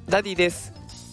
ダディです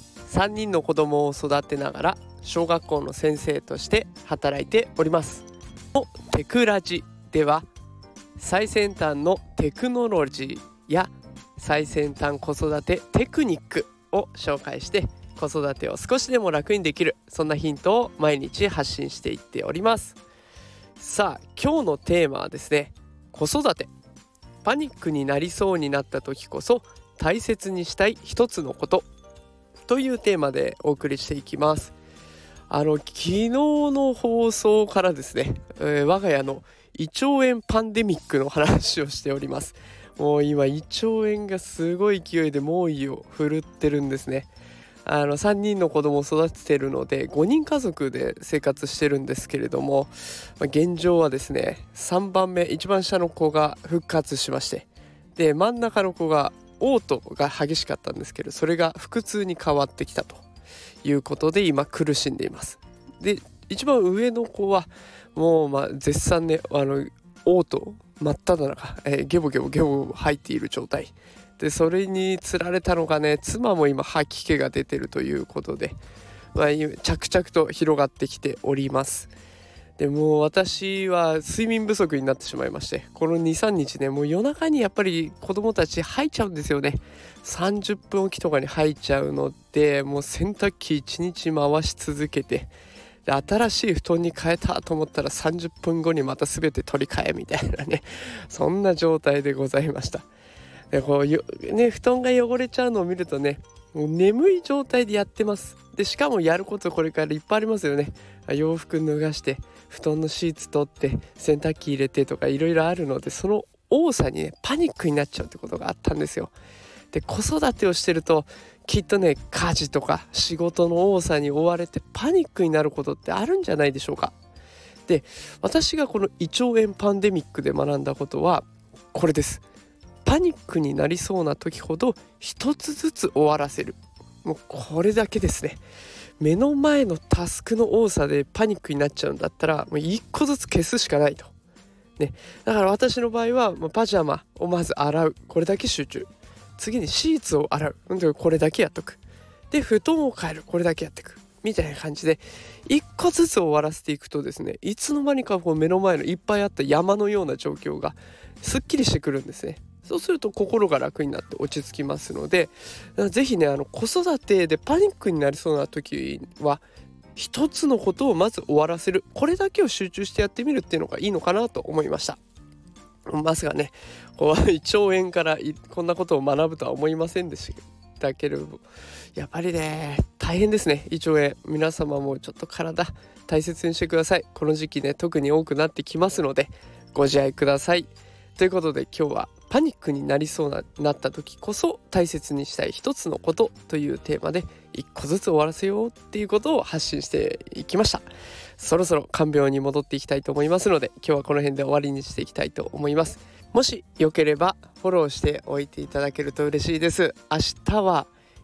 。3人の子供を育てながら小学校の先生として働いております。テクラジでは最先端のテクノロジーや最先端子育てテクニックを紹介して子育てを少しでも楽にできる、そんなヒントを毎日発信していっております。さあ、今日のテーマはですね、子育て。パニックになりそうになった時こそ大切にしたい一つのことというテーマでお送りしていきます。昨日の放送からですね、我が家の胃腸炎パンデミックの話をしております。もう今胃腸炎がすごい勢いで猛威を振るってるんですね。3人の子供を育ててるので5人家族で生活してるんですけれども、現状はですね、3番目一番下の子が復活しまして、で真ん中の子が嘔吐が激しかったんですけど、それが腹痛に変わってきたということで今苦しんでいます。で一番上の子はもう絶賛ね、嘔吐真っ只中、ゲボゲボ吐いている状態で、それにつられたのがね、妻も今吐き気が出てるということで、着々と広がってきております。でもう私は睡眠不足になってしまいまして、この 2,3 日ね、もう夜中にやっぱり子供たち吐いちゃうんですよね。30分おきとかに吐いちゃうので、もう洗濯機1日回し続けて、で新しい布団に変えたと思ったら30分後にまた全て取り替えみたいなね、そんな状態でございました。で布団が汚れちゃうのを見るとね、もう眠い状態でやってます。でしかもやることこれからいっぱいありますよね。洋服脱がして布団のシーツ取って洗濯機入れてとかいろいろあるので、その多さにねパニックになっちゃうってことがあったんですよ。で子育てをしてるときっとね、家事とか仕事の多さに追われてパニックになることってあるんじゃないでしょうか。で私がこの胃腸炎パンデミックで学んだことはこれです。パニックになりそうな時ほど一つずつ終わらせる。もうこれだけですね。目の前のタスクの多さでパニックになっちゃうんだったら、もう一個ずつ消すしかないと、ね、だから私の場合はパジャマをまず洗う、これだけ集中。次にシーツを洗う、これだけやっとく。で布団を変える、これだけやっていくみたいな感じで一個ずつ終わらせていくとですね、いつの間にかこう目の前のいっぱいあった山のような状況がすっきりしてくるんですね。そうすると心が楽になって落ち着きますので、ぜひね、子育てでパニックになりそうな時は一つのことをまず終わらせる、これだけを集中してやってみるっていうのがいいのかなと思いました。まさかね、胃腸炎からこんなことを学ぶとは思いませんでしたけれど、やっぱりね大変ですね、胃腸炎。皆様もちょっと体大切にしてください。この時期ね特に多くなってきますのでご自愛ください。ということで今日はパニックになりそうなった時こそ大切にしたい一つのことというテーマで一個ずつ終わらせようっていうことを発信していきました。そろそろ看病に戻っていきたいと思いますので、今日はこの辺で終わりにしていきたいと思います。もしよければフォローしておいていただけると嬉しいです。明日は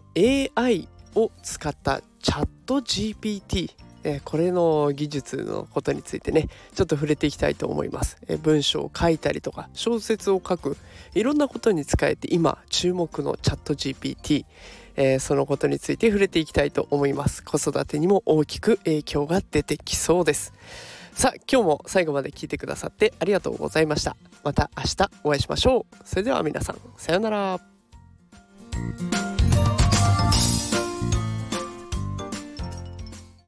AI を使ったチャット GPT、これの技術のことについてねちょっと触れていきたいと思います。文章を書いたりとか小説を書く、いろんなことに使えて今注目のチャット GPT、そのことについて触れていきたいと思います。子育てにも大きく影響が出てきそうです。さあ、今日も最後まで聞いてくださってありがとうございました。また明日お会いしましょう。それでは皆さん、さようなら。